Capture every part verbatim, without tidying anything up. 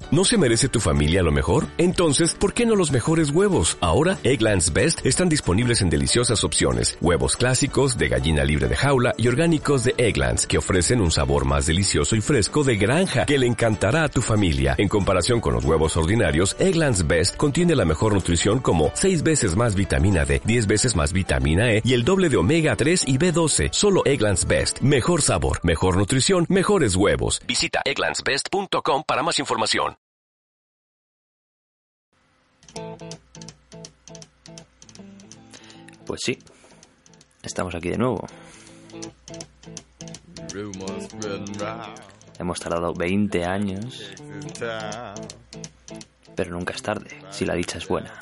¿No se merece tu familia lo mejor? Entonces, ¿por qué no los mejores huevos? Ahora, Eggland's Best están disponibles en deliciosas opciones. Huevos clásicos, de gallina libre de jaula y orgánicos de Eggland's, que ofrecen un sabor más delicioso y fresco de granja que le encantará a tu familia. En comparación con los huevos ordinarios, Eggland's Best contiene la mejor nutrición como seis veces más vitamina D, diez veces más vitamina E y el doble de omega tres y B doce. Solo Eggland's Best. Mejor sabor, mejor nutrición, mejores huevos. Visita egglands best punto com para más información. Pues sí, estamos aquí de nuevo. Hemos tardado veinte años, pero nunca es tarde, si la dicha es buena.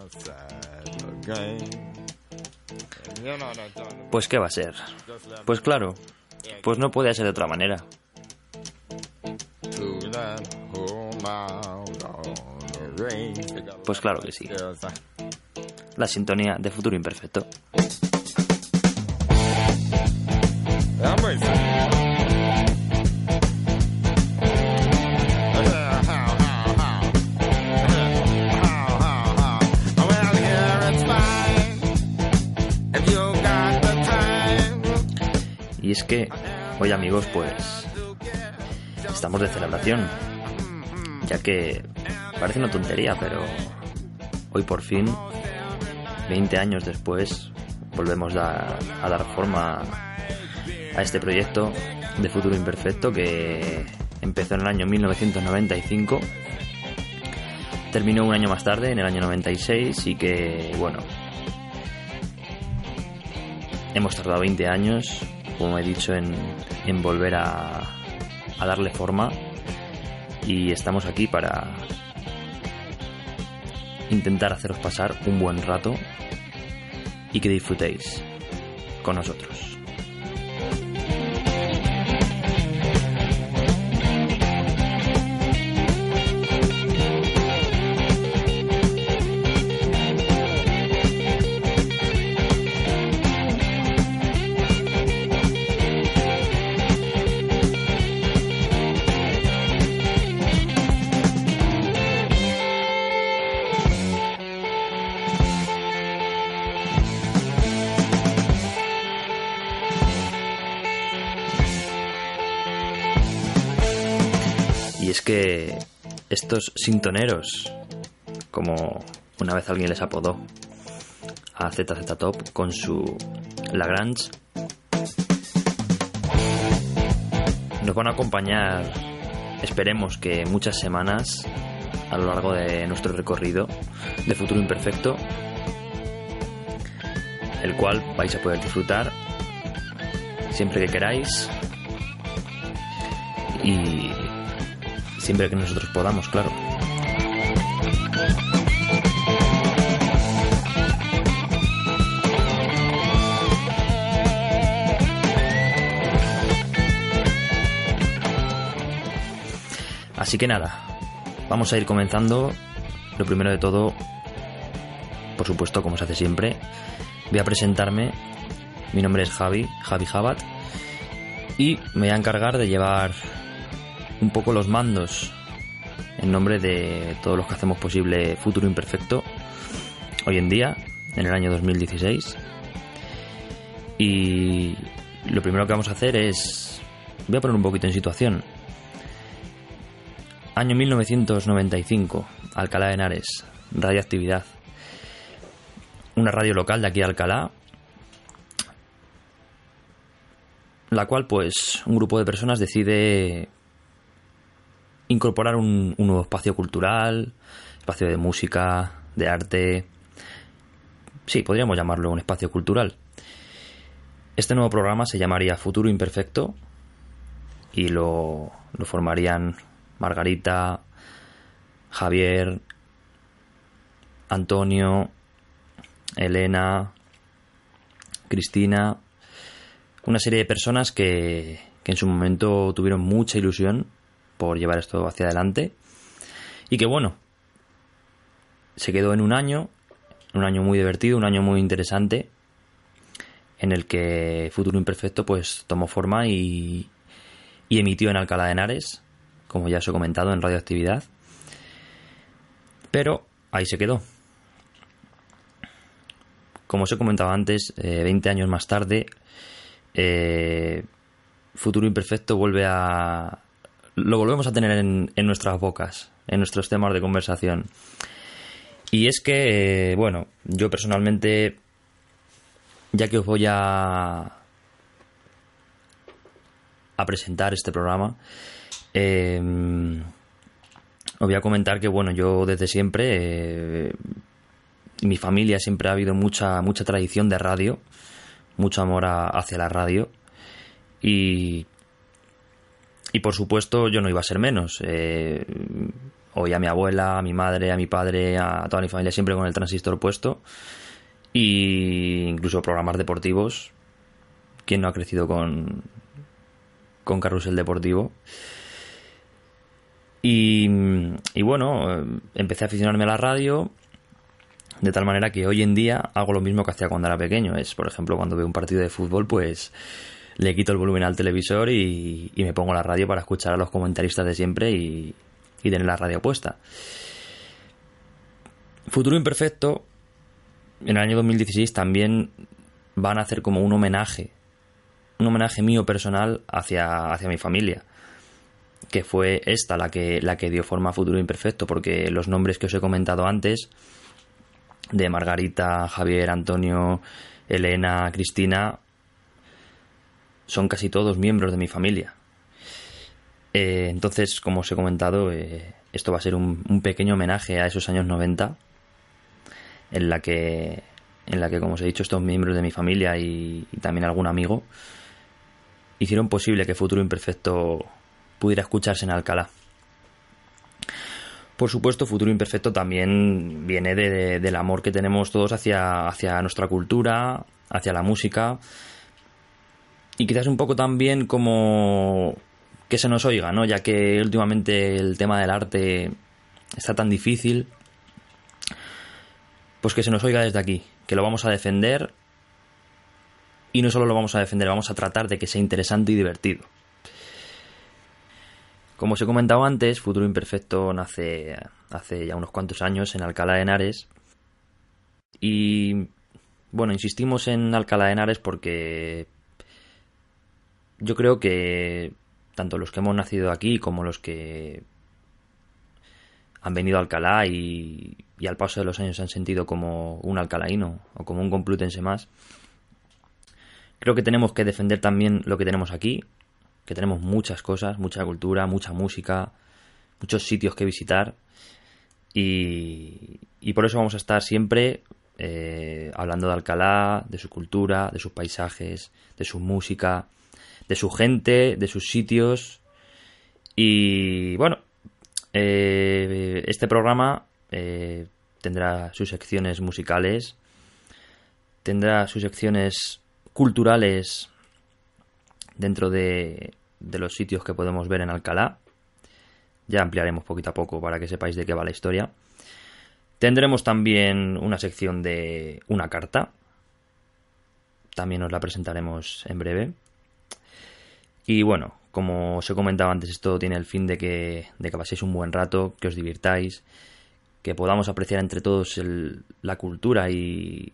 Pues ¿qué va a ser? Pues claro, pues no puede ser de otra manera. Pues claro que sí. La sintonía de Futuro Imperfecto. Y es que hoy, amigos, pues estamos de celebración, ya que parece una tontería, pero hoy por fin, veinte años después, volvemos a, a dar forma a este proyecto de Futuro Imperfecto que empezó en el año mil novecientos noventa y cinco, terminó un año más tarde, en el año noventa y seis, y que, bueno, hemos tardado veinte años, como he dicho, en, en volver a, a darle forma, y estamos aquí para intentar haceros pasar un buen rato y que disfrutéis con nosotros. Y es que estos sintoneros, como una vez alguien les apodó a Z Z Top con su Lagrange, nos van a acompañar, esperemos que muchas semanas a lo largo de nuestro recorrido de Futuro Imperfecto, el cual vais a poder disfrutar siempre que queráis y siempre que nosotros podamos, claro. Así que nada, vamos a ir comenzando. Lo primero de todo, por supuesto, como se hace siempre, voy a presentarme. Mi nombre es Javi, Javi Jabat, y me voy a encargar de llevar un poco los mandos en nombre de todos los que hacemos posible Futuro Imperfecto hoy en día, en el año dos mil dieciséis. Y lo primero que vamos a hacer es, voy a poner un poquito en situación. Año mil novecientos noventa y cinco, Alcalá de Henares, radioactividad. Una radio local de aquí de Alcalá, la cual pues un grupo de personas decide incorporar un, un nuevo espacio cultural, espacio de música, de arte. Sí, podríamos llamarlo un espacio cultural. Este nuevo programa se llamaría Futuro Imperfecto y lo, lo formarían Margarita, Javier, Antonio, Elena, Cristina, una serie de personas que, que en su momento tuvieron mucha ilusión por llevar esto hacia adelante y que, bueno, se quedó en un año, un año muy divertido, un año muy interesante, en el que Futuro Imperfecto pues tomó forma y, y emitió en Alcalá de Henares, como ya os he comentado, en radioactividad. Pero ahí se quedó. Como os he comentado antes, eh, veinte años más tarde, eh, Futuro Imperfecto vuelve a... lo volvemos a tener en, en nuestras bocas, en nuestros temas de conversación. Y es que, eh, bueno, yo personalmente, ya que os voy a, a presentar este programa, eh, os voy a comentar que, bueno, yo desde siempre... Eh, mi familia siempre ha habido mucha mucha tradición de radio, mucho amor a, hacia la radio y y por supuesto yo no iba a ser menos. Eh, oí a mi abuela, a mi madre, a mi padre, a toda mi familia siempre con el transistor puesto, y incluso programas deportivos. ¿Quién no ha crecido con con Carrusel Deportivo? Y, y bueno, empecé a aficionarme a la radio. De tal manera que hoy en día hago lo mismo que hacía cuando era pequeño. Es, por ejemplo, cuando veo un partido de fútbol, pues le quito el volumen al televisor y, y me pongo la radio para escuchar a los comentaristas de siempre y, y tener la radio puesta. Futuro Imperfecto, en el año dos mil dieciséis, también van a hacer como un homenaje, un homenaje mío personal hacia, hacia mi familia, que fue esta la que, la que dio forma a Futuro Imperfecto, porque los nombres que os he comentado antes, de Margarita, Javier, Antonio, Elena, Cristina, son casi todos miembros de mi familia. Eh, entonces, como os he comentado, eh, esto va a ser un, un pequeño homenaje a esos años noventa, en la que, en la que, como os he dicho, estos miembros de mi familia y, y también algún amigo hicieron posible que Futuro Imperfecto pudiera escucharse en Alcalá. Por supuesto, Futuro Imperfecto también viene de, de, del amor que tenemos todos hacia, hacia nuestra cultura, hacia la música, y quizás un poco también como que se nos oiga, ¿no? Ya que últimamente el tema del arte está tan difícil, pues que se nos oiga desde aquí, que lo vamos a defender, y no solo lo vamos a defender, vamos a tratar de que sea interesante y divertido. Como os he comentado antes, Futuro Imperfecto nace hace ya unos cuantos años en Alcalá de Henares. Y bueno, insistimos en Alcalá de Henares porque yo creo que tanto los que hemos nacido aquí como los que han venido a Alcalá y, y al paso de los años se han sentido como un alcalaíno o como un complutense más, creo que tenemos que defender también lo que tenemos aquí, que tenemos muchas cosas, mucha cultura, mucha música, muchos sitios que visitar, y, y por eso vamos a estar siempre eh, hablando de Alcalá, de su cultura, de sus paisajes, de su música, de su gente, de sus sitios. Y bueno, eh, este programa eh, tendrá sus secciones musicales, tendrá sus secciones culturales dentro de, de los sitios que podemos ver en Alcalá. Ya ampliaremos poquito a poco para que sepáis de qué va la historia. Tendremos también una sección de una carta. También os la presentaremos en breve. Y bueno, como os he comentado antes, esto tiene el fin de que, de que paséis un buen rato, que os divirtáis, que podamos apreciar entre todos el, la cultura y,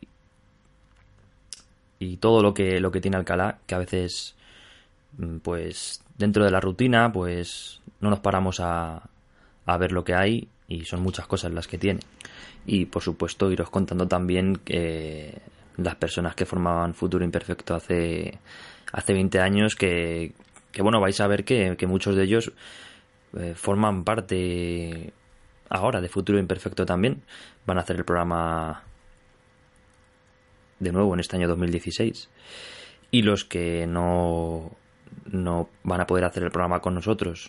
y todo lo que, lo que tiene Alcalá, que a veces, pues dentro de la rutina, pues no nos paramos a, a ver lo que hay, y son muchas cosas las que tiene. Y por supuesto iros contando también que las personas que formaban Futuro Imperfecto hace, hace veinte años, que, que bueno, vais a ver que, que muchos de ellos eh, forman parte ahora de Futuro Imperfecto también. Van a hacer el programa de nuevo en este año dos mil dieciséis. Y los que no, no van a poder hacer el programa con nosotros,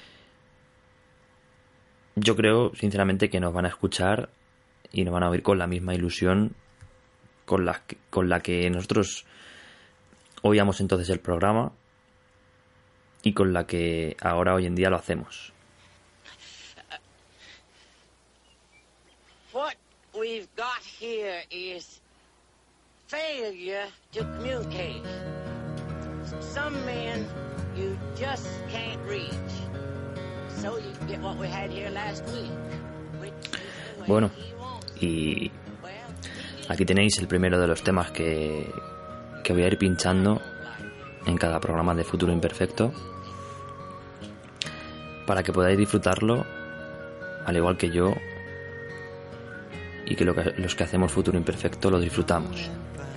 yo creo sinceramente que nos van a escuchar y nos van a oír con la misma ilusión con la, con la que nosotros oíamos entonces el programa y con la que ahora hoy en día lo hacemos. What we've got here is failure to communicate. Some men you just can't reach. So you get what we had here last week. Bueno, y aquí tenéis el primero de los temas que, que voy a ir pinchando en cada programa de Futuro Imperfecto, para que podáis disfrutarlo al igual que yo y que, lo que los que hacemos Futuro Imperfecto lo disfrutamos.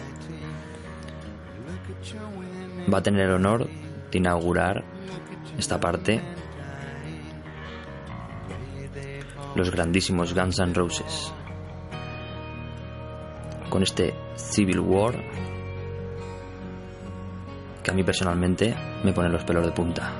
Va a tener el honor de inaugurar esta parte los grandísimos Guns N' Roses con este Civil War que a mí personalmente me pone los pelos de punta.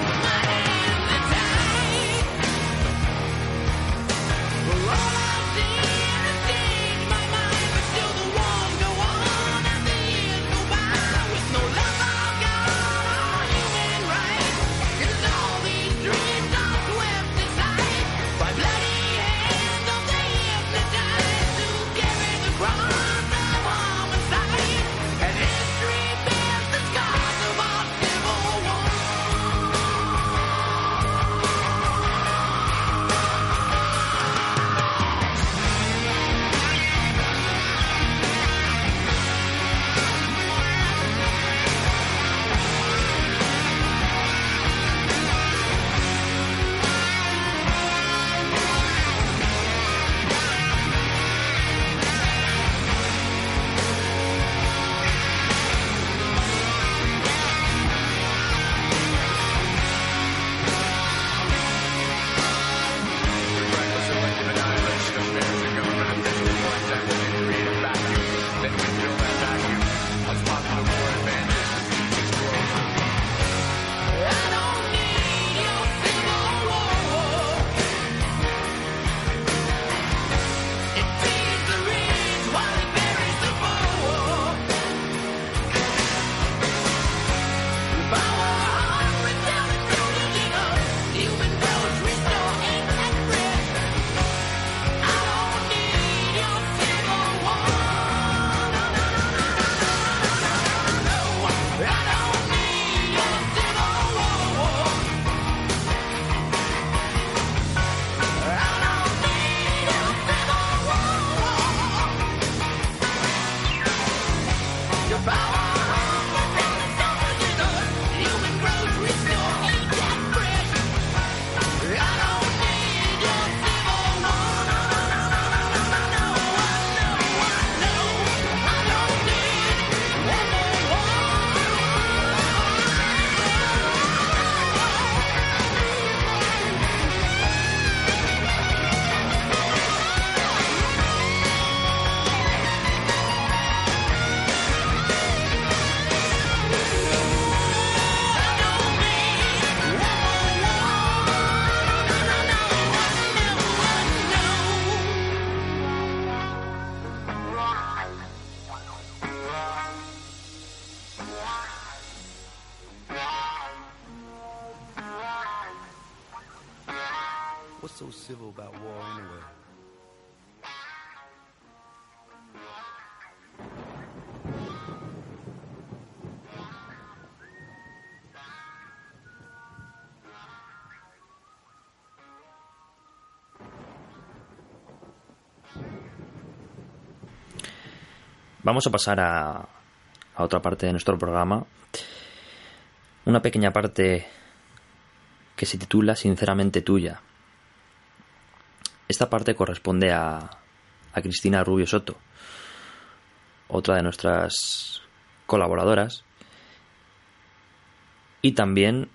Well, all I see so civil about war anyway? Vamos a pasar a, a otra parte de nuestro programa, una pequeña parte que se titula Sinceramente Tuya. Esta parte corresponde a, a Cristina Rubio Soto, otra de nuestras colaboradoras, y también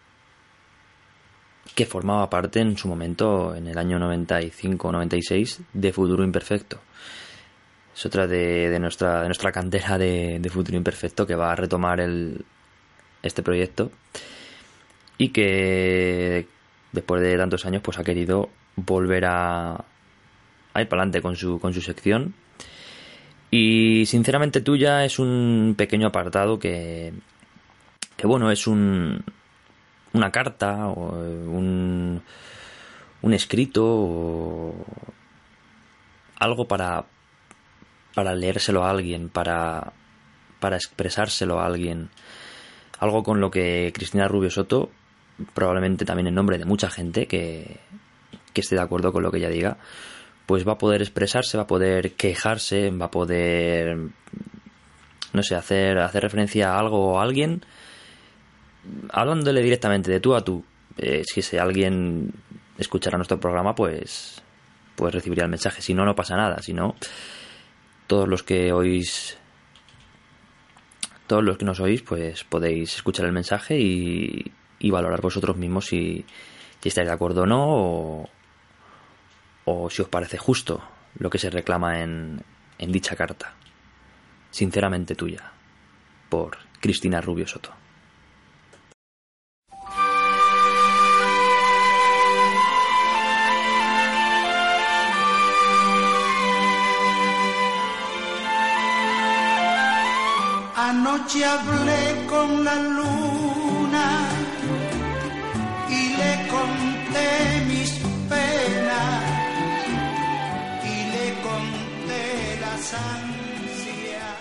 que formaba parte en su momento, en el año noventa y cinco noventa y seis, de Futuro Imperfecto. Es otra de, de nuestra de nuestra cantera de, de Futuro Imperfecto, que va a retomar el, este proyecto y que después de tantos años pues ha querido volver a, a ir para adelante con su, con su sección. Y Sinceramente Tuya es un pequeño apartado que, que bueno, es un, una carta o un, un escrito o algo para para leérselo a alguien, para, para expresárselo a alguien. Algo con lo que Cristina Rubio Soto, probablemente también en nombre de mucha gente que, que esté de acuerdo con lo que ella diga, pues va a poder expresarse, va a poder quejarse, va a poder, no sé, hacer, hacer referencia a algo o a alguien, hablándole directamente de tú a tú. Eh, si ese alguien escuchara nuestro programa, pues, pues recibiría el mensaje. Si no, no pasa nada. Si no, todos los que oís, todos los que nos oís, pues podéis escuchar el mensaje y, y valorar vosotros mismos si, si estáis de acuerdo o no, o, o si os parece justo lo que se reclama en, en dicha carta. Sinceramente Tuya, por Cristina Rubio Soto. Anoche hablé con la luna y le conté mis penas y le conté las ansias.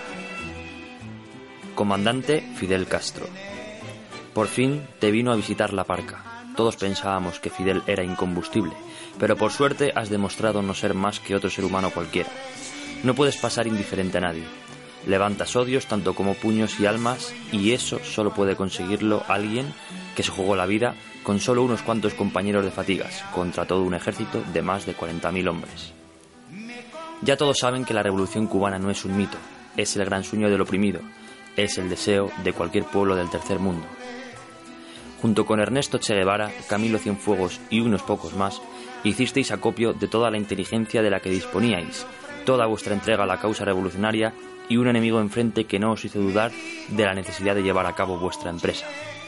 Comandante Fidel Castro. Por fin te vino a visitar la parca. Todos pensábamos que Fidel era incombustible, pero por suerte has demostrado no ser más que otro ser humano cualquiera. No puedes pasar indiferente a nadie. Levantas odios tanto como puños y almas, y eso solo puede conseguirlo alguien que se jugó la vida con solo unos cuantos compañeros de fatigas contra todo un ejército de más de cuarenta mil hombres. Ya todos saben que la revolución cubana no es un mito, es el gran sueño del oprimido, es el deseo de cualquier pueblo del tercer mundo. Junto con Ernesto Che Guevara, Camilo Cienfuegos y unos pocos más, hicisteis acopio de toda la inteligencia de la que disponíais, toda vuestra entrega a la causa revolucionaria y un enemigo enfrente que no os hizo dudar de la necesidad de llevar a cabo vuestra empresa.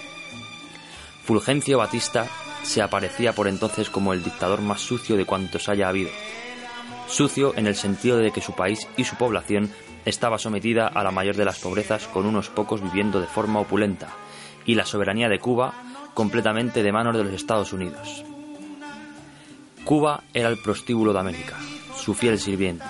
Fulgencio Batista se aparecía por entonces como el dictador más sucio de cuantos haya habido. Sucio en el sentido de que su país y su población estaba sometida a la mayor de las pobrezas, con unos pocos viviendo de forma opulenta, y la soberanía de Cuba completamente de manos de los Estados Unidos. Cuba era el prostíbulo de América, su fiel sirviente.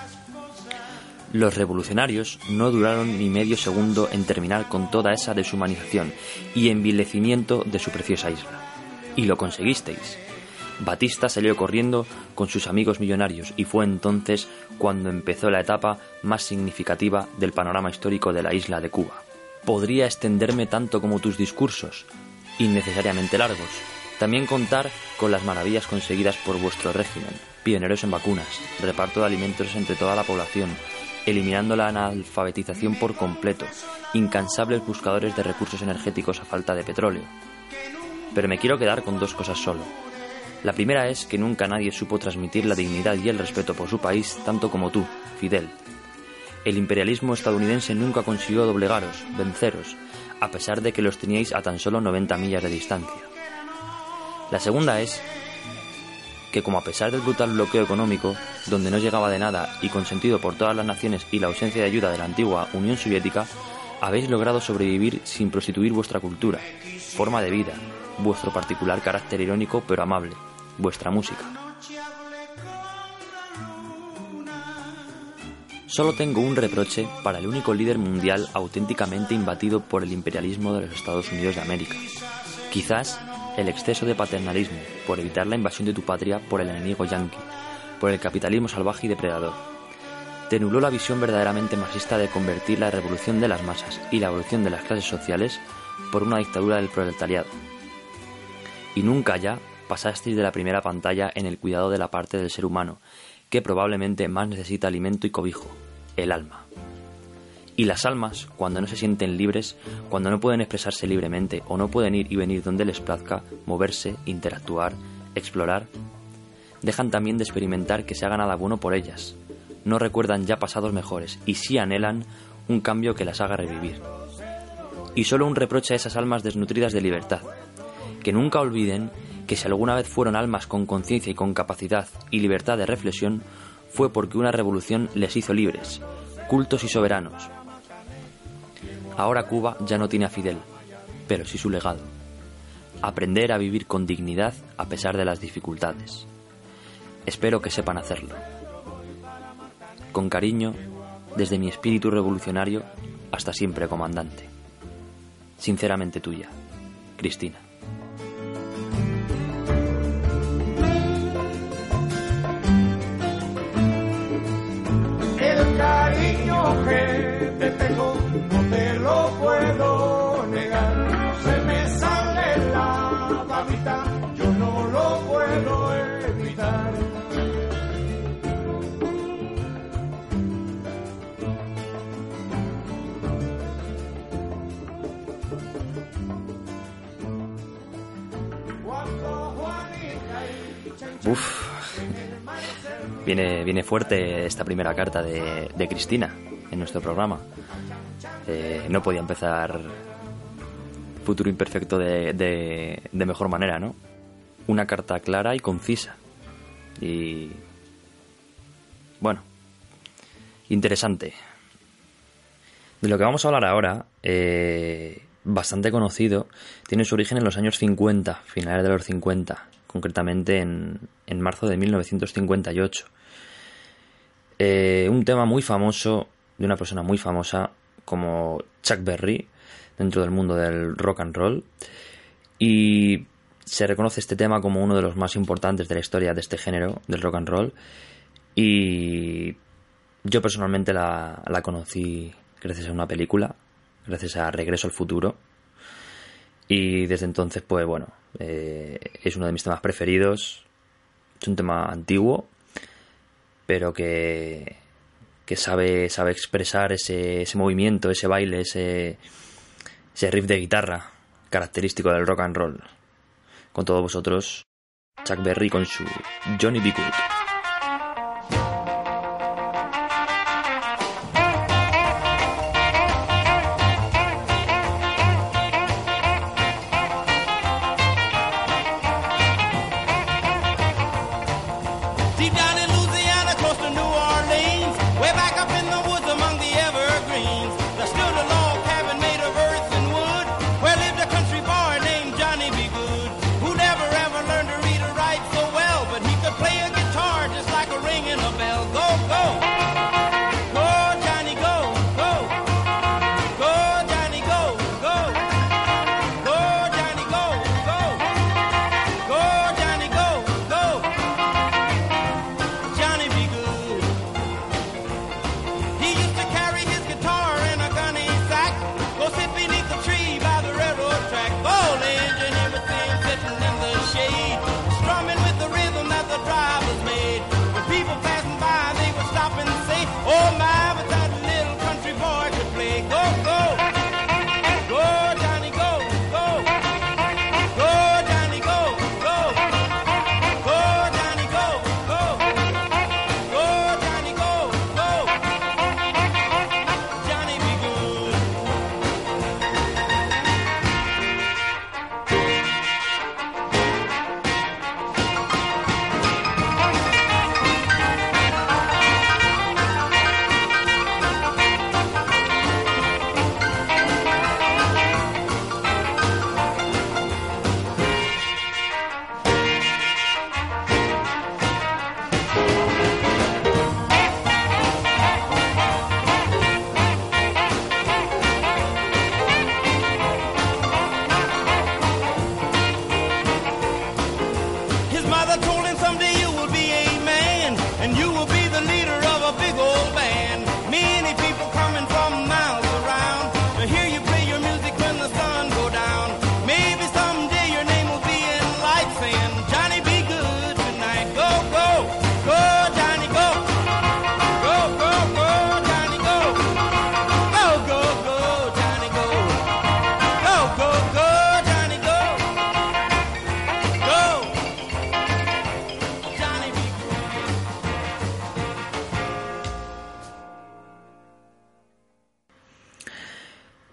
Los revolucionarios no duraron ni medio segundo en terminar con toda esa deshumanización y envilecimiento de su preciosa isla. Y lo conseguisteis. Batista salió corriendo con sus amigos millonarios y fue entonces cuando empezó la etapa más significativa del panorama histórico de la isla de Cuba. Podría extenderme tanto como tus discursos, innecesariamente largos. También contar con las maravillas conseguidas por vuestro régimen, pioneros en vacunas, reparto de alimentos entre toda la población, eliminando la analfabetización por completo, incansables buscadores de recursos energéticos a falta de petróleo. Pero me quiero quedar con dos cosas solo. La primera es que nunca nadie supo transmitir la dignidad y el respeto por su país tanto como tú, Fidel. El imperialismo estadounidense nunca consiguió doblegaros, venceros, a pesar de que los teníais a tan solo noventa millas de distancia. La segunda es que, como a pesar del brutal bloqueo económico, donde no llegaba de nada y consentido por todas las naciones y la ausencia de ayuda de la antigua Unión Soviética, habéis logrado sobrevivir sin prostituir vuestra cultura, forma de vida, vuestro particular carácter irónico pero amable, vuestra música. Solo tengo un reproche para el único líder mundial auténticamente imbatido por el imperialismo de los Estados Unidos de América. Quizás el exceso de paternalismo, por evitar la invasión de tu patria por el enemigo yanqui, por el capitalismo salvaje y depredador. Te nubló la visión verdaderamente marxista de convertir la revolución de las masas y la evolución de las clases sociales por una dictadura del proletariado. Y nunca ya pasasteis de la primera pantalla en el cuidado de la parte del ser humano que probablemente más necesita alimento y cobijo, el alma. Y las almas, cuando no se sienten libres, cuando no pueden expresarse libremente o no pueden ir y venir donde les plazca, moverse, interactuar, explorar, dejan también de experimentar que se haga nada bueno por ellas. No recuerdan ya pasados mejores y sí anhelan un cambio que las haga revivir. Y solo un reproche a esas almas desnutridas de libertad, que nunca olviden que si alguna vez fueron almas con conciencia y con capacidad y libertad de reflexión, fue porque una revolución les hizo libres, cultos y soberanos. Ahora Cuba ya no tiene a Fidel, pero sí su legado. Aprender a vivir con dignidad a pesar de las dificultades. Espero que sepan hacerlo. Con cariño, desde mi espíritu revolucionario hasta siempre, comandante. Sinceramente tuya, Cristina. El cariño que te tengo no te lo puedo negar. No se me sale la babita, yo no lo puedo evitar. Uf, viene, viene fuerte esta primera carta de, de Cristina en nuestro programa. Eh, no podía empezar Futuro Imperfecto de, de, de mejor manera, ¿no? Una carta clara y concisa. Y bueno, interesante. De lo que vamos a hablar ahora, eh, bastante conocido, tiene su origen en los años cincuenta, finales de los cincuenta, concretamente en, en marzo de mil novecientos cincuenta y ocho. Eh, un tema muy famoso, de una persona muy famosa como Chuck Berry, dentro del mundo del rock and roll, y se reconoce este tema como uno de los más importantes de la historia de este género, del rock and roll, y yo personalmente la, la conocí gracias a una película, gracias a Regreso al Futuro, y desde entonces, pues bueno, eh, es uno de mis temas preferidos. Es un tema antiguo, pero que, que sabe, sabe expresar ese, ese movimiento, ese baile, ese, ese riff de guitarra característico del rock and roll. Con todos vosotros, Chuck Berry con su Johnny B. Good. Play a guitar.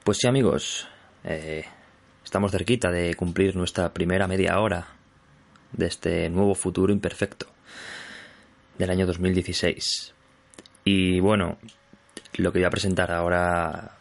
Pues sí, amigos, eh, estamos cerquita de cumplir nuestra primera media hora de este nuevo futuro imperfecto del año dos mil dieciséis. Y bueno, lo que voy a presentar ahora,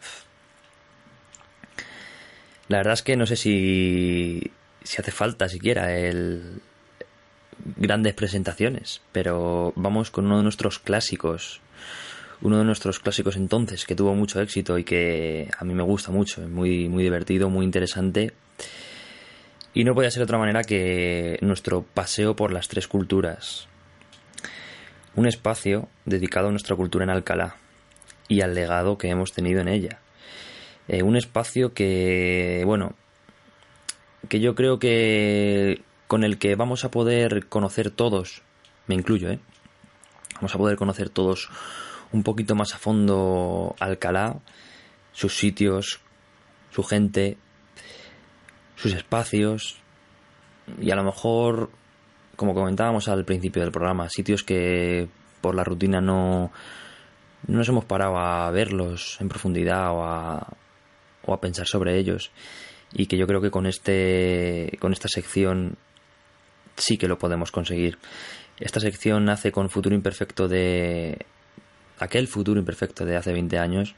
la verdad es que no sé si, si hace falta siquiera el grandes presentaciones, pero vamos con uno de nuestros clásicos. Uno de nuestros clásicos entonces, que tuvo mucho éxito y que a mí me gusta mucho, es muy, muy divertido, muy interesante. Y no podía ser de otra manera que nuestro paseo por las tres culturas. Un espacio dedicado a nuestra cultura en Alcalá y al legado que hemos tenido en ella. Eh, un espacio que, bueno, que yo creo que con el que vamos a poder conocer todos, me incluyo, ¿eh? Vamos a poder conocer todos un poquito más a fondo Alcalá, sus sitios, su gente, sus espacios y a lo mejor, como comentábamos al principio del programa, sitios que por la rutina no, no nos hemos parado a verlos en profundidad o a, o a pensar sobre ellos, y que yo creo que con este con esta sección sí que lo podemos conseguir. Esta sección nace con Futuro Imperfecto de aquel Futuro Imperfecto de hace veinte años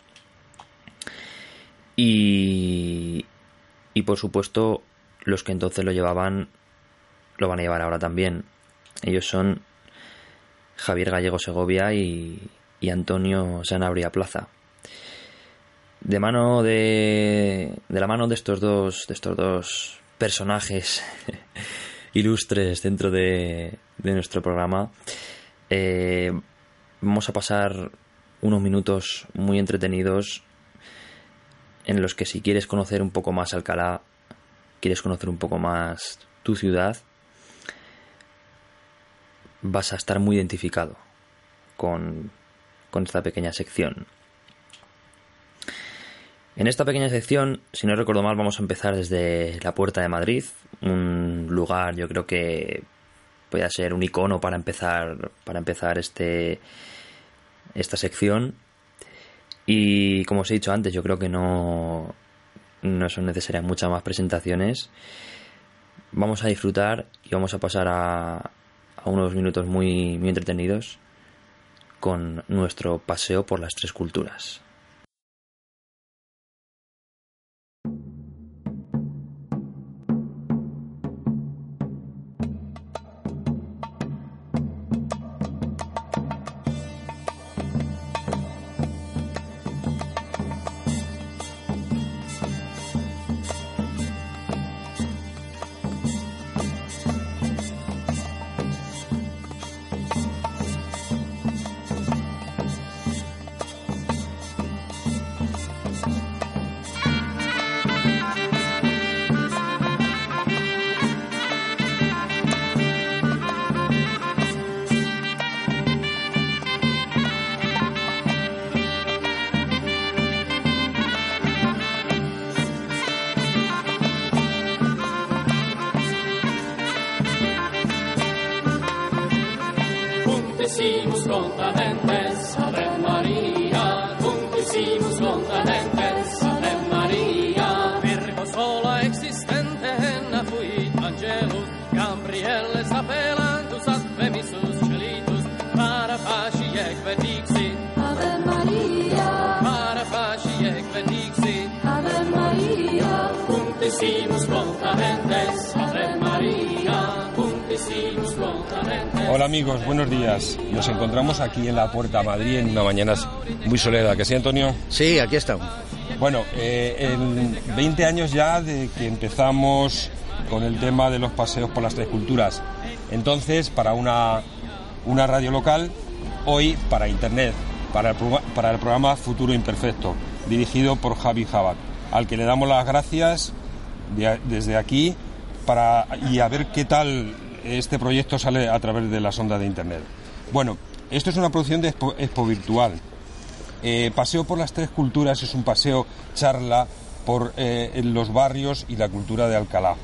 y, y por supuesto los que entonces lo llevaban lo van a llevar ahora también. Ellos son Javier Gallego Segovia y, y Antonio Sanabria Plaza. De mano de, de la mano de estos dos de estos dos personajes ilustres dentro de, de nuestro programa, eh, vamos a pasar unos minutos muy entretenidos en los que si quieres conocer un poco más Alcalá, quieres conocer un poco más tu ciudad, vas a estar muy identificado con, con esta pequeña sección. En esta pequeña sección, si no recuerdo mal, vamos a empezar desde la Puerta de Madrid, un lugar yo creo que puede ser un icono para empezar para empezar este esta sección. Y como os he dicho antes, yo creo que no, no son necesarias muchas más presentaciones. Vamos a disfrutar y vamos a pasar a, a unos minutos muy, muy entretenidos con nuestro paseo por las tres culturas. Juntísimos continentes, Ave María, juntísimos continentes, Ave María. Virgo sola existente, nafuit angelus, Gabriele sapelantus, advemisus celitus, para faci ec dixit, Ave María, para faci ec dixit, Ave María. Juntísimos continentes, Ave María, juntísimos continentes. Hola amigos, buenos días. Nos encontramos aquí en la Puerta de Madrid en una mañana muy soleada, ¿que sí, Antonio? Sí, aquí estamos. Bueno, eh, en veinte años ya de que empezamos con el tema de los paseos por las tres culturas. Entonces, para una, una radio local, hoy para internet, para el, para el programa Futuro Imperfecto, dirigido por Javi Jabat, al que le damos las gracias de, desde aquí para, y a ver qué tal este proyecto sale a través de las ondas de internet. Bueno, esto es una producción de Expo, Expo Virtual. Eh, paseo por las tres culturas es un paseo charla por eh, en los barrios y la cultura de Alcalá.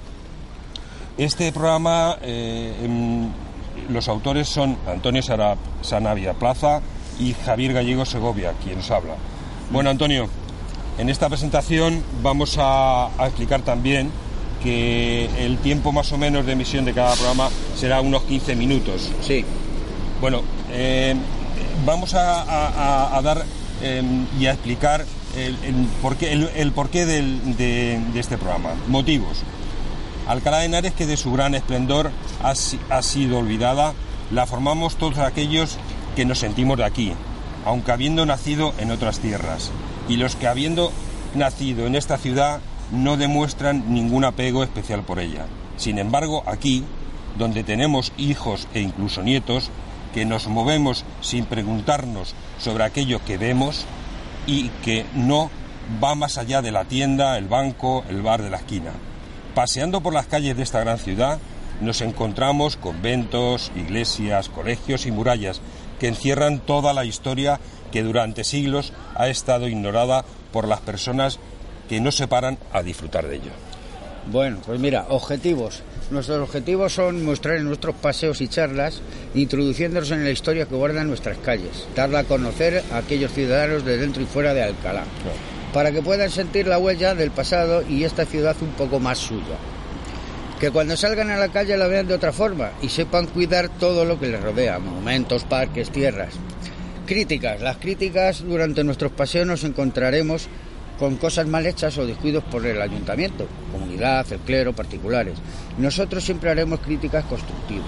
Este programa, eh, en, los autores son Antonio Sanabria Plaza y Javier Gallego Segovia, quien os habla. Bueno, Antonio, en esta presentación vamos a, a explicar también que el tiempo más o menos de emisión de cada programa será unos quince minutos. Sí. Bueno, eh, vamos a, a, a dar eh, y a explicar el, el porqué, el, el porqué del, de, de este programa. Motivos. Alcalá de Henares, que de su gran esplendor ha, ha sido olvidada, la formamos todos aquellos que nos sentimos de aquí, aunque habiendo nacido en otras tierras. Y los que habiendo nacido en esta ciudad no demuestran ningún apego especial por ella. Sin embargo, aquí, donde tenemos hijos e incluso nietos, que nos movemos sin preguntarnos sobre aquello que vemos y que no va más allá de la tienda, el banco, el bar de la esquina. Paseando por las calles de esta gran ciudad, nos encontramos conventos, iglesias, colegios y murallas que encierran toda la historia que durante siglos ha estado ignorada por las personas que no se paran a disfrutar de ello. Bueno, pues mira, objetivos. Nuestros objetivos son mostrar en nuestros paseos y charlas, introduciéndonos en la historia que guardan nuestras calles, darla a conocer a aquellos ciudadanos de dentro y fuera de Alcalá, claro, para que puedan sentir la huella del pasado y esta ciudad un poco más suya. Que cuando salgan a la calle la vean de otra forma y sepan cuidar todo lo que les rodea, monumentos, parques, tierras. Críticas. Las críticas durante nuestros paseos nos encontraremos con cosas mal hechas o descuidos por el ayuntamiento, comunidad, el clero, particulares. Nosotros siempre haremos críticas constructivas.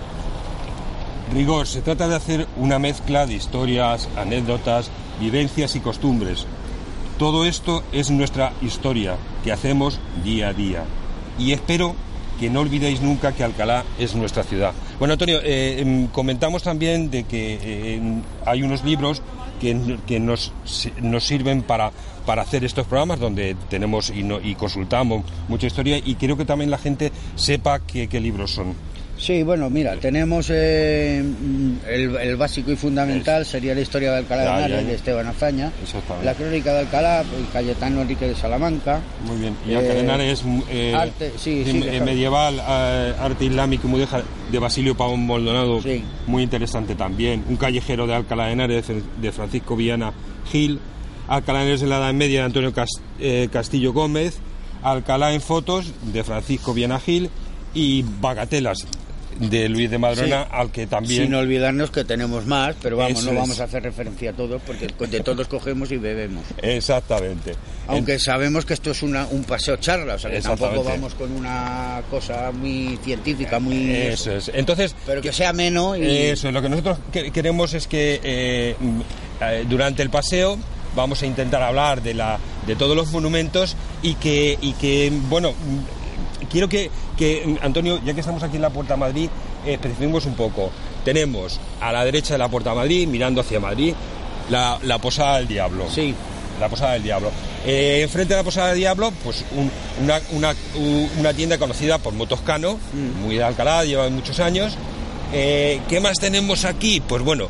Rigor. Se trata de hacer una mezcla de historias, anécdotas, vivencias y costumbres. Todo esto es nuestra historia que hacemos día a día. Y espero que no olvidéis nunca que Alcalá es nuestra ciudad. Bueno, Antonio, eh, comentamos también de que eh, hay unos libros que, que nos, nos sirven para, para hacer estos programas donde tenemos y, no, y consultamos mucha historia, y quiero que también la gente sepa qué, qué libros son. Sí, bueno, mira, tenemos eh, el, el básico y fundamental, sería la historia de Alcalá de Henares, de Esteban Azaña, la crónica de Alcalá, Cayetano Enrique de Salamanca. Muy bien, y Alcalá de Henares es eh, arte, sí, sí, eh, medieval, eh, arte islámico y mudéjar de Basilio Pavón Maldonado, sí, muy interesante también. Un callejero de Alcalá de Henares de Francisco Viana Gil, Alcalá de Henares en la Edad Media de Antonio Cast, eh, Castillo Gómez, Alcalá en fotos de Francisco Viana Gil y Bagatelas de Luis de Madrona, sí, al que también... Sin olvidarnos que tenemos más, pero vamos, Eso no es. vamos a hacer referencia a todos, porque de todos cogemos y bebemos. Exactamente. Aunque en... sabemos que esto es una, un paseo charla, o sea que tampoco vamos con una cosa muy científica, muy... Eso es. Entonces... Pero que sea ameno y... Eso es. Lo que nosotros que queremos es que eh, durante el paseo vamos a intentar hablar de, la, de todos los monumentos y que, y que bueno... Quiero que, que, Antonio, ya que estamos aquí en la Puerta Madrid, eh, especifiquemos un poco. Tenemos a la derecha de la Puerta Madrid, mirando hacia Madrid, la, la Posada del Diablo. Sí. La Posada del Diablo. Eh, enfrente de la Posada del Diablo, pues un, una, una, una tienda conocida por Motoscano, mm. muy de Alcalá, lleva muchos años. Eh, ¿Qué más tenemos aquí? Pues bueno...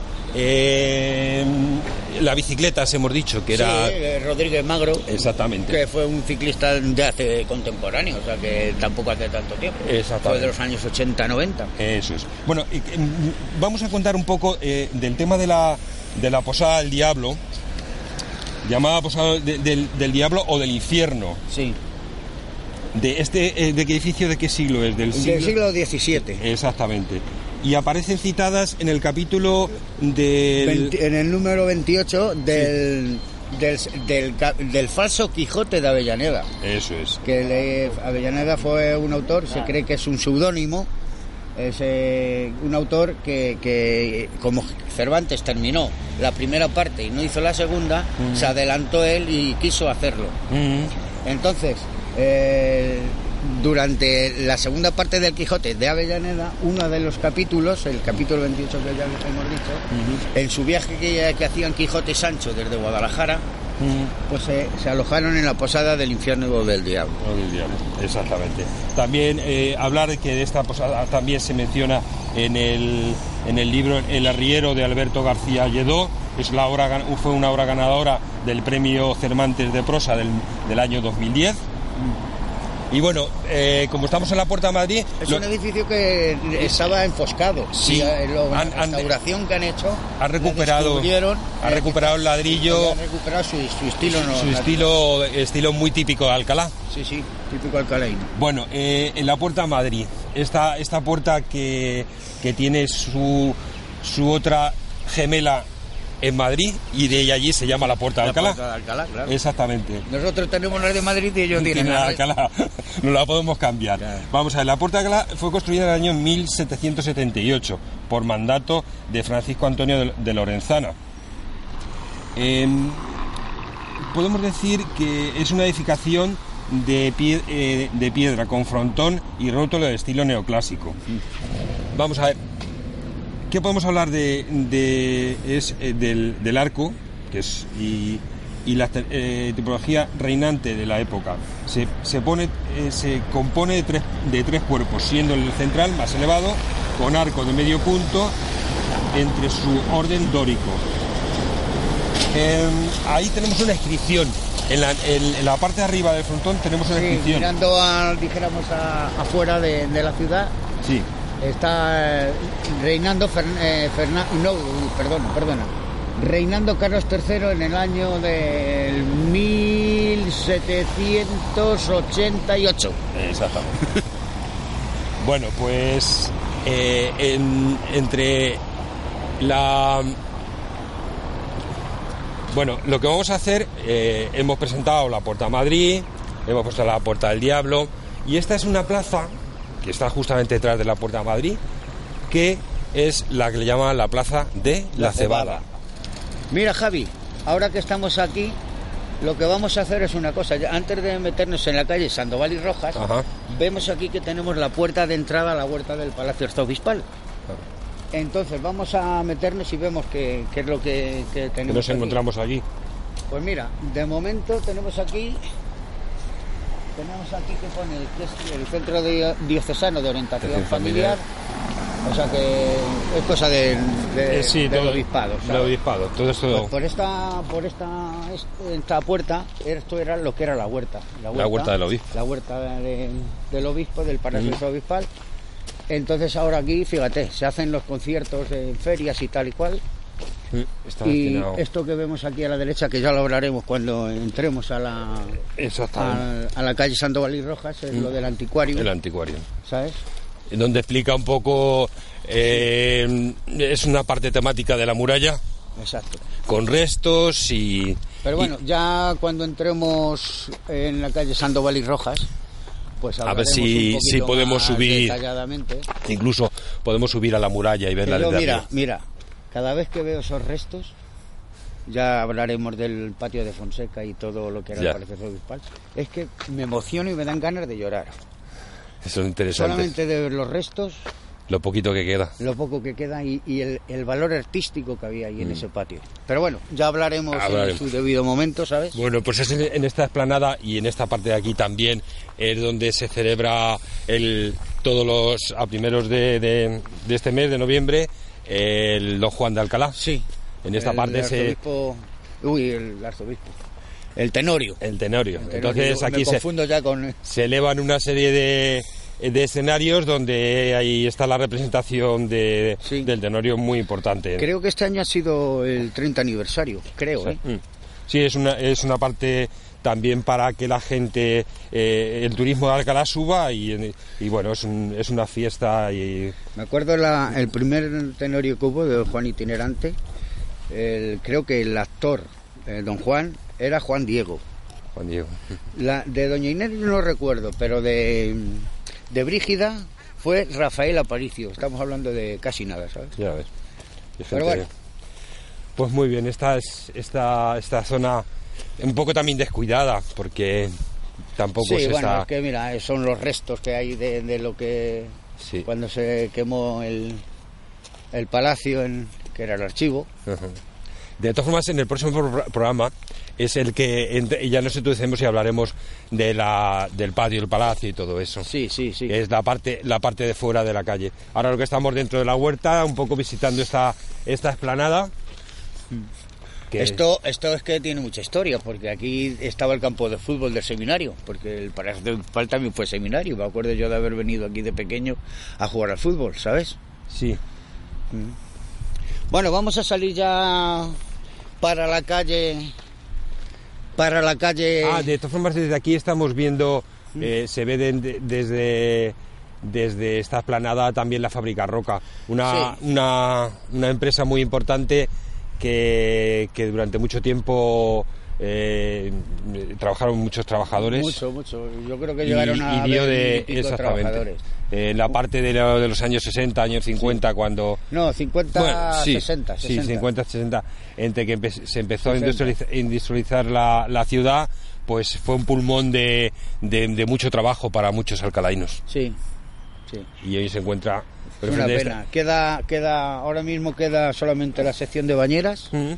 Eh, la bicicleta, hemos dicho que era... Sí, Rodríguez Magro. Exactamente. Que fue un ciclista de hace contemporáneo, o sea que tampoco hace tanto tiempo. Exactamente. Fue de los años ochenta noventa. Eso es. Bueno, y, vamos a contar un poco eh, del tema de la, de la Posada del Diablo, llamada Posada de, del, del Diablo o del Infierno. Sí. De este, ¿de qué edificio, de qué siglo es? Del siglo, del siglo diecisiete. Exactamente. Y aparecen citadas en el capítulo del... veinte, en el número veintiocho del, sí. del, del, del, del falso Quijote de Avellaneda. Eso es. Que le, Avellaneda fue un autor, se cree que es un seudónimo, es eh, un autor que, que, como Cervantes terminó la primera parte y no hizo la segunda, mm. se adelantó él y quiso hacerlo. Mm. Entonces... Eh, durante la segunda parte del Quijote de Avellaneda, uno de los capítulos, el capítulo veintiocho que ya hemos dicho, uh-huh. en su viaje que, que hacían Quijote y Sancho desde Guadalajara, uh-huh. pues eh, se alojaron en la posada del infierno o del diablo. O del diablo, exactamente. También eh, hablar de que de esta posada también se menciona en el, en el libro El arriero de Alberto García Lledó. Es la obra, fue una obra ganadora del premio Cervantes de prosa del, del año dos mil diez. Y bueno, eh, como estamos en la Puerta de Madrid... Es lo... un edificio que estaba enfoscado. Sí. Y, eh, lo, Han- la restauración que han hecho... Ha recuperado, ha eh, recuperado el ladrillo, Han recuperado su, su estilo. su, no, su la- estilo, estilo muy típico de Alcalá. Sí, sí, típico alcalaíno. Bueno, eh, en la Puerta de Madrid, esta, esta puerta que, que tiene su, su otra gemela en Madrid y de allí se llama la Puerta de La Alcalá. Puerta de Alcalá, claro. Exactamente. Nosotros tenemos la de Madrid y ellos tienen Tiene la la de Alcalá, no la podemos cambiar. Claro. Vamos a ver, la Puerta de Alcalá fue construida en el año mil setecientos setenta y ocho por mandato de Francisco Antonio de, de Lorenzana. Eh, podemos decir que es una edificación de, pie, eh, de piedra con frontón y rótulo de estilo neoclásico. Vamos a ver, ¿qué podemos hablar de, de es eh, del, del arco, que es y, y la eh, tipología reinante de la época? Se, se pone, eh, se compone de tres, de tres cuerpos, siendo el central más elevado, con arco de medio punto entre su orden dórico. Eh, ahí tenemos una inscripción. En la, en, en la parte de arriba del frontón tenemos una Sí, inscripción. mirando, a, dijéramos, a- afuera de, de la ciudad, Sí. está eh, reinando Fern, eh, Fernan- no, perdona, perdona, reinando Carlos tercero en el año del mil setecientos ochenta y ocho. Exactamente. Bueno, pues eh, en- entre la... Bueno, lo que vamos a hacer, eh, hemos presentado la Puerta Madrid, hemos puesto la Puerta del Diablo, y esta es una plaza que está justamente detrás de la Puerta Madrid, que es la que le llaman la Plaza de la, La Cebada. Cebada. Mira, Javi, ahora que estamos aquí, lo que vamos a hacer es una cosa. Ya antes de meternos en la calle Sandoval y Rojas, Ajá. vemos aquí que tenemos la puerta de entrada a la huerta del Palacio Arzobispal. Entonces vamos a meternos y vemos qué, qué es lo que, que Que tenemos nos aquí. encontramos allí. Pues mira, de momento tenemos aquí tenemos aquí que pone que es el Centro de- Diocesano de Orientación Orientación Familiar. O sea que es cosa del, de- Eh, sí, del todo- obispado, del ¿sabes? obispado. Todo esto... Pues por esta por esta esta puerta, esto era lo que era la huerta. La huerta del obispo. La huerta de- del obispo, del Palacio Mm. Obispal. Entonces ahora aquí, fíjate, se hacen los conciertos en ferias y tal y cual. Está Y destinado. esto que vemos aquí a la derecha, que ya lo hablaremos cuando entremos a la Exactamente. a, a la calle Sandoval y Rojas, es lo del anticuario, El anticuario. ¿sabes? Donde explica un poco, eh, es una parte temática de la muralla, Exacto. con restos y... Pero bueno, ya cuando entremos en la calle Sandoval y Rojas, pues A ver hablaremos si- un poquito si podemos más subir. detalladamente. y incluso podemos subir a la muralla y verla Pero desde mira, arriba. mira, cada vez que veo esos restos, ya hablaremos del patio de Fonseca y todo lo que era Ya. el Palacio Obispal, es que me emociono y me dan ganas de llorar. Eso es interesante. Solamente de ver los restos, Lo poquito que queda. lo poco que queda y, y el, el valor artístico que había ahí en Mm. ese patio. Pero bueno, ya hablaremos, Hablaremos. en su debido momento, ¿sabes? Bueno, pues es en, en esta explanada y en esta parte de aquí también es donde se celebra el, todos los a primeros de, de, de este mes de noviembre el Don Juan de Alcalá. Sí. En esta El parte se arzobispo, uy, el arzobispo. El tenorio. el tenorio. El tenorio. Entonces Yo aquí me se, confundo ya con... se elevan una serie de, de escenarios donde ahí está la representación de, Sí. del tenorio muy importante. Creo que este año ha sido el treinta aniversario, creo, ¿eh? Mm. Sí, es una, es una parte también para que la gente, eh, el turismo de Alcalá suba y, y bueno, es, un- es una fiesta y Me acuerdo la, el primer tenorio que hubo de Juan Itinerante, el- creo que el actor, eh, don Juan, era Juan Diego. Juan Diego. La, de Doña Inés no recuerdo, pero de, de Brígida fue Rafael Aparicio. Estamos hablando de casi nada, ¿sabes? Ya ves. Y Pero gente- bueno. Pues muy bien, esta es esta, esta zona un poco también descuidada porque tampoco Sí, se bueno, está... es que mira, son los restos que hay de, de lo que... Sí. Cuando se quemó el, el palacio, en, que era el archivo. Ajá. De todas formas, en el próximo pro- programa es el que entre- ya nos introduciremos y hablaremos de la, del patio, el palacio y todo eso. Sí, sí, sí. Que es la parte, la parte de fuera de la calle. Ahora lo que estamos dentro de la huerta, un poco visitando esta, esta explanada, que Esto, esto es que tiene mucha historia, porque aquí estaba el campo de fútbol del seminario, porque el Palacio Municipal también fue seminario. Me acuerdo yo de haber venido aquí de pequeño a jugar al fútbol, ¿sabes? sí. Bueno, vamos a salir ya para la calle, para la calle... Ah, de todas formas, desde aquí estamos viendo, eh, se ve de- de- desde, desde esta esplanada también la fábrica Roca, una, Sí. una, una empresa muy importante que, que durante mucho tiempo eh, trabajaron muchos trabajadores. Mucho, mucho. Yo creo que Y, llegaron a y dio haber de, mil y pico exactamente, trabajadores. eh, en la parte de, lo- de los años sesenta, años cincuenta, cuando... No, cincuenta, Bueno, sí, sesenta, sí, sesenta. cincuenta, sesenta, entre que empe- se empezó a sesenta. industrializar, industrializar la, la ciudad, pues fue un pulmón de, de, de mucho trabajo para muchos alcalainos. Sí, sí. Y hoy se encuentra... Es una pena. Queda, queda, ahora mismo queda solamente la sección de bañeras Mm,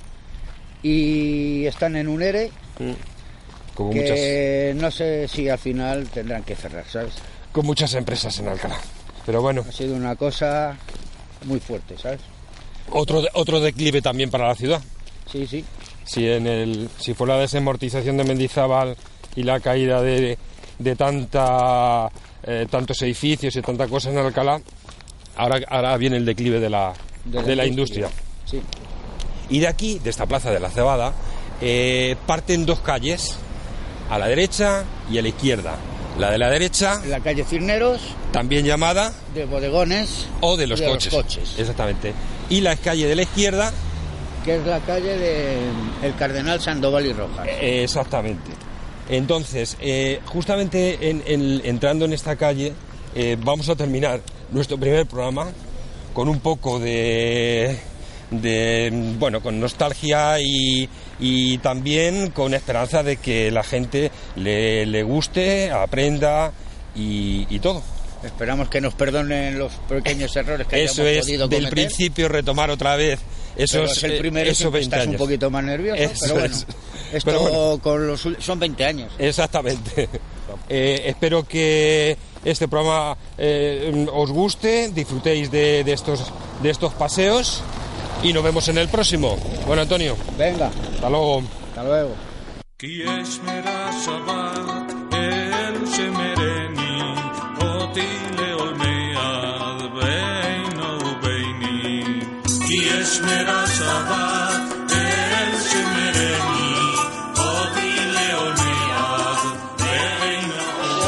y están en un ERE como muchas, que no sé si al final tendrán que cerrar, ¿sabes? con muchas empresas en Alcalá. Pero bueno, Ha sido una cosa muy fuerte, ¿sabes? otro, de- otro declive también para la ciudad. Sí, sí. Si, en el, si fue la desamortización de Mendizábal y la caída de, de tanta, eh, tantos edificios y tanta cosa en Alcalá, ahora, ahora viene el declive de la, De la de la industria. industria. Sí. Y de aquí, de esta plaza de la Cebada, eh, parten dos calles, a la derecha y a la izquierda. La de la derecha, En la calle Cirneros, también llamada, de bodegones o de los, de coches. los coches, Exactamente. Y la calle de la izquierda, que es la calle de el Cardenal Sandoval y Rojas. eh, exactamente. Entonces, eh, justamente en- en- entrando en esta calle, eh, vamos a terminar nuestro primer programa con un poco de, de bueno, con nostalgia y, y también con esperanza de que la gente le, le guste, aprenda y, y todo. Esperamos que nos perdonen los pequeños errores que Eso hayamos es, podido del cometer. principio retomar otra vez esos, Pero es el primero, eh, esos siempre veinte estás años. un poquito más nervioso, Eso pero bueno, es. esto Pero bueno. con los ul- son veinte años. Exactamente. Eh, espero que este programa eh, os guste, disfrutéis de, de estos, de estos paseos y nos vemos en el próximo. Bueno, Antonio, Venga, hasta luego. hasta luego. כי יש מרשבת אל שמרני אותי לעולמי עד בינו וביני כי יש מרשבת אל שמרני אותי לעולמי עד בינו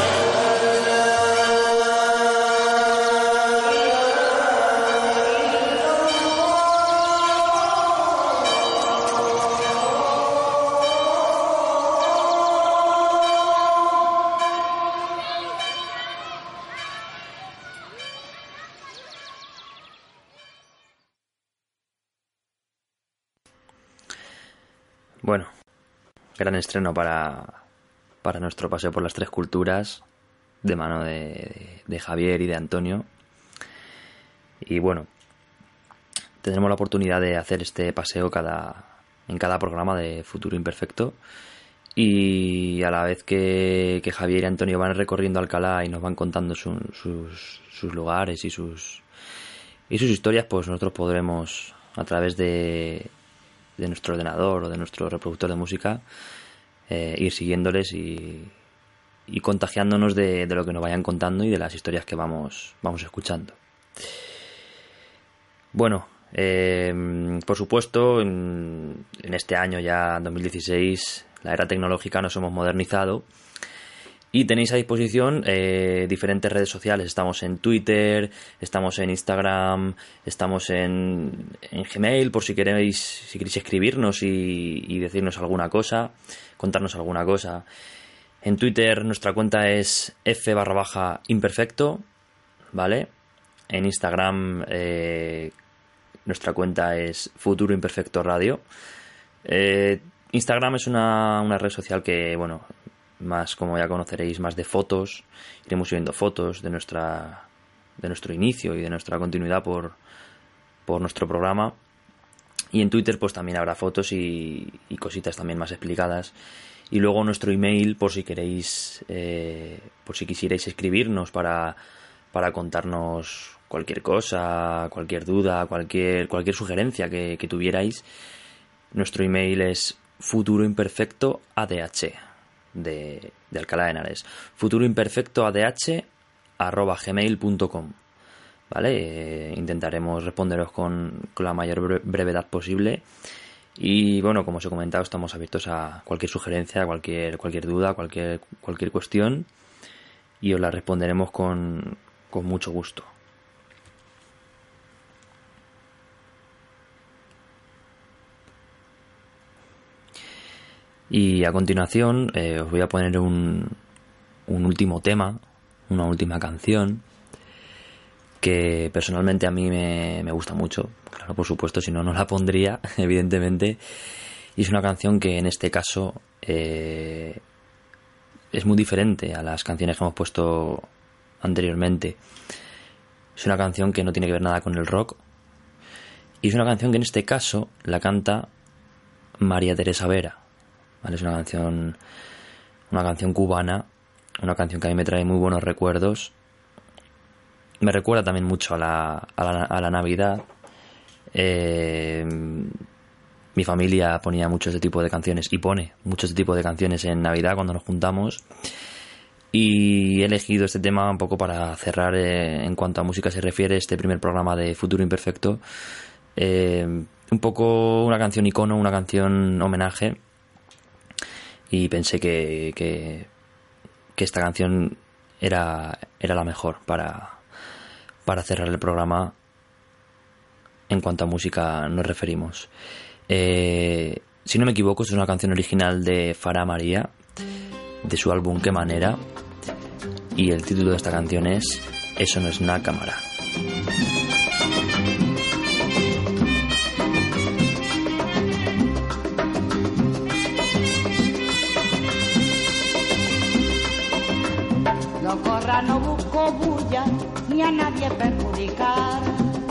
Bueno, gran estreno para, para nuestro paseo por las tres culturas, de mano de, de Javier y de Antonio. Y bueno, tendremos la oportunidad de hacer este paseo cada, en cada programa de Futuro Imperfecto. Y a la vez que, que Javier y Antonio van recorriendo Alcalá y nos van contando su- sus, sus lugares y sus, y sus historias, pues nosotros podremos, a través de, de nuestro ordenador o de nuestro reproductor de música, eh, ir siguiéndoles y, y contagiándonos de, de lo que nos vayan contando y de las historias que vamos, vamos escuchando. Bueno, eh, por supuesto, en, en este año ya, dos mil dieciséis, la era tecnológica, nos hemos modernizado y tenéis a disposición eh, diferentes redes sociales. Estamos en Twitter, estamos en Instagram, estamos en, en Gmail, por si queréis, si queréis escribirnos y, y decirnos alguna cosa, contarnos alguna cosa. En Twitter nuestra cuenta es f barra baja imperfecto, ¿vale? En Instagram eh, nuestra cuenta es Futuro Imperfecto Radio. Eh, Instagram es una, una red social que, bueno, más, como ya conoceréis, más de fotos. Iremos subiendo fotos de nuestra de nuestro inicio y de nuestra continuidad por, por nuestro programa. Y en Twitter pues también habrá fotos y, y cositas también más explicadas. Y luego nuestro email, por si queréis, eh, por si quisierais escribirnos para, para contarnos cualquier cosa, cualquier duda, cualquier, cualquier sugerencia que, que tuvierais. Nuestro email es futuroimperfectoadh de, de Alcalá de Henares. futuroimperfectoadh arroba gmail punto com. ¿Vale? Eh, intentaremos responderos con, con la mayor brevedad posible. Y bueno, como os he comentado, estamos abiertos a cualquier sugerencia, cualquier cualquier duda, cualquier cualquier cuestión, y os la responderemos con, con mucho gusto. Y a continuación eh, os voy a poner un, un último tema, una última canción que personalmente a mí me, me gusta mucho. Claro, por supuesto, si no, no la pondría, evidentemente. Y es una canción que en este caso eh, es muy diferente a las canciones que hemos puesto anteriormente. Es una canción que no tiene que ver nada con el rock. Y es una canción que en este caso la canta María Teresa Vera. ¿Vale? Es una canción, una canción cubana, una canción que a mí me trae muy buenos recuerdos. Me recuerda también mucho a la, a la, a la Navidad. Eh, mi familia ponía mucho este tipo de canciones y pone mucho este tipo de canciones en Navidad cuando nos juntamos. Y he elegido este tema un poco para cerrar eh, en cuanto a música se refiere este primer programa de Futuro Imperfecto. Eh, un poco una canción icono, una canción homenaje. Y pensé que, que, que esta canción era, era la mejor para... para cerrar el programa en cuanto a música nos referimos. Eh, si no me equivoco, es una canción original de Farah María, de su álbum Qué Manera, y el título de esta canción es Eso no es na cámara. No corra, no busco bulla, ni a nadie perjudicar.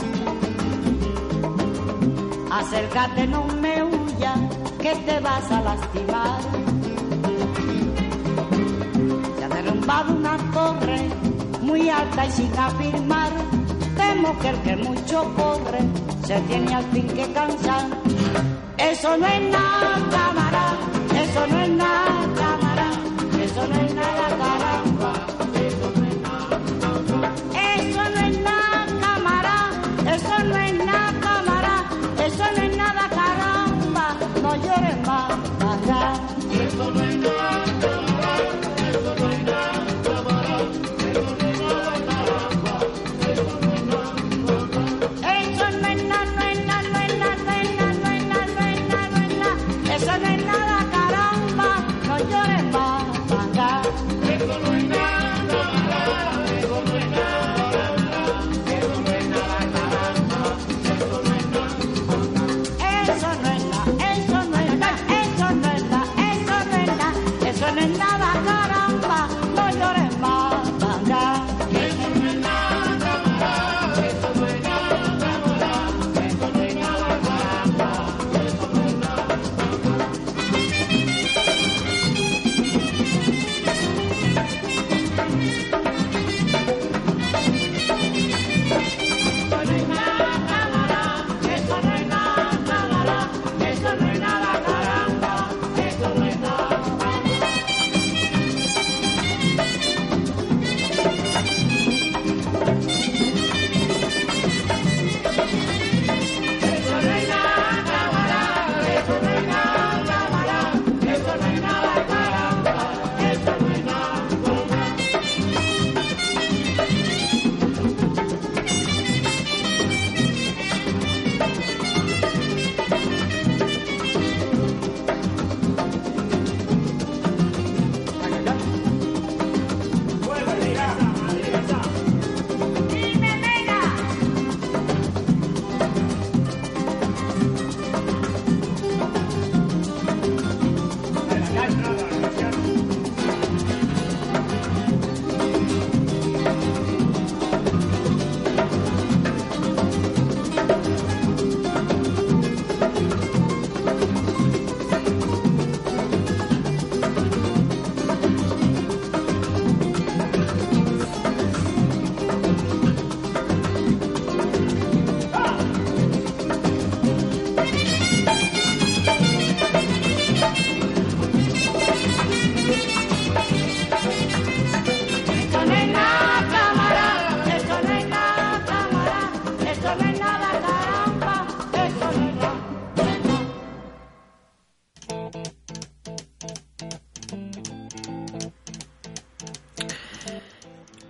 Acércate, no me huyas, que te vas a lastimar. Se ha derrumbado una torre muy alta y sin afirmar. Temo que el que mucho corre se tiene al fin que cansar. Eso no es nada, cámara, eso no es nada, cámara, eso no es nada, caramba. Eso no es nada, cámara, eso no es nada, cámara, eso no es nada, caramba, no llores más, cámara. Eso no es nada, cámara, eso no es nada, cámara, eso no es nada, caramba, eso no es nada, eso no es nada, no es nada, no es nada, no es nada, no es nada, no es nada, no es nada, eso no es nada, caramba, no llores más, cámara. Eso no es nada, cámara, eso no es nada. Eso no es nada, caramba, no llores más, banda. Eso no es nada, cámara, eso no es nada, cámara, eso no es nada, caramba, eso no es nada. Eso no es nada, cámara, eso no es nada, cámara, eso no es nada, caramba, eso no es nada.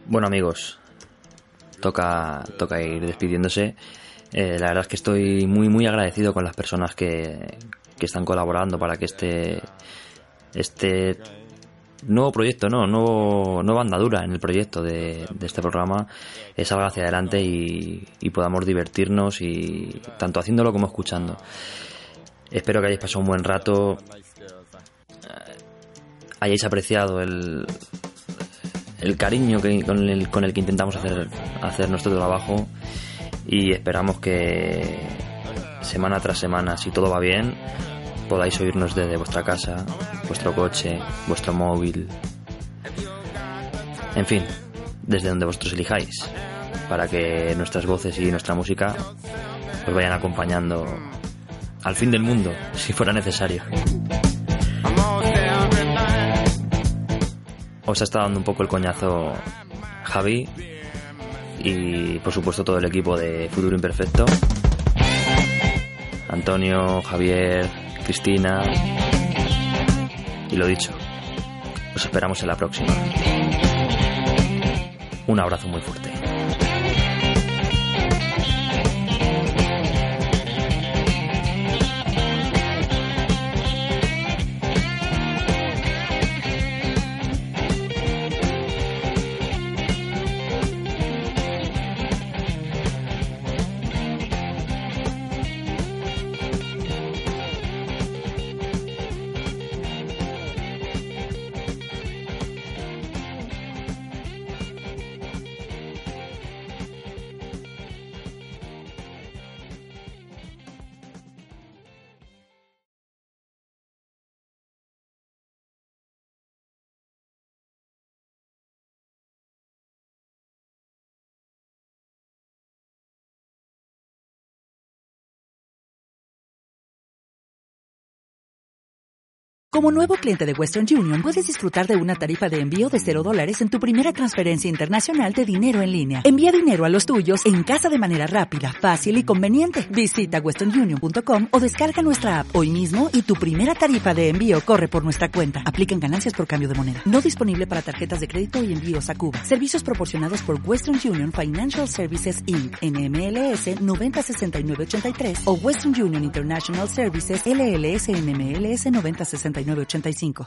Bueno, amigos, toca, toca ir despidiéndose. Eh, la verdad es que estoy muy muy agradecido con las personas que, que están colaborando para que este este nuevo proyecto, no, nuevo, nueva andadura en el proyecto de, de este programa eh, salga hacia adelante y, y podamos divertirnos, y tanto haciéndolo como escuchando. Espero que hayáis pasado un buen rato, eh, hayáis apreciado el el cariño que, con, el, con el que intentamos hacer, hacer nuestro trabajo, y esperamos que semana tras semana, si todo va bien, podáis oírnos desde vuestra casa, vuestro coche, vuestro móvil, en fin, desde donde vosotros elijáis, para que nuestras voces y nuestra música os vayan acompañando al fin del mundo, si fuera necesario. Os ha estado dando un poco el coñazo Javi y por supuesto todo el equipo de Futuro Imperfecto, Antonio, Javier, Cristina, y lo dicho, os esperamos en la próxima. Un abrazo muy fuerte. Como nuevo cliente de Western Union, puedes disfrutar de una tarifa de envío de cero dólares en tu primera transferencia internacional de dinero en línea. Envía dinero a los tuyos en casa de manera rápida, fácil y conveniente. Visita western union punto com o descarga nuestra app hoy mismo y tu primera tarifa de envío corre por nuestra cuenta. Aplican ganancias por cambio de moneda. No disponible para tarjetas de crédito y envíos a Cuba. Servicios proporcionados por Western Union Financial Services incorporated. N M L S noventa sesenta y nueve ochenta y tres o Western Union International Services L L S N M L S noventa sesenta y nueve ochenta y cinco.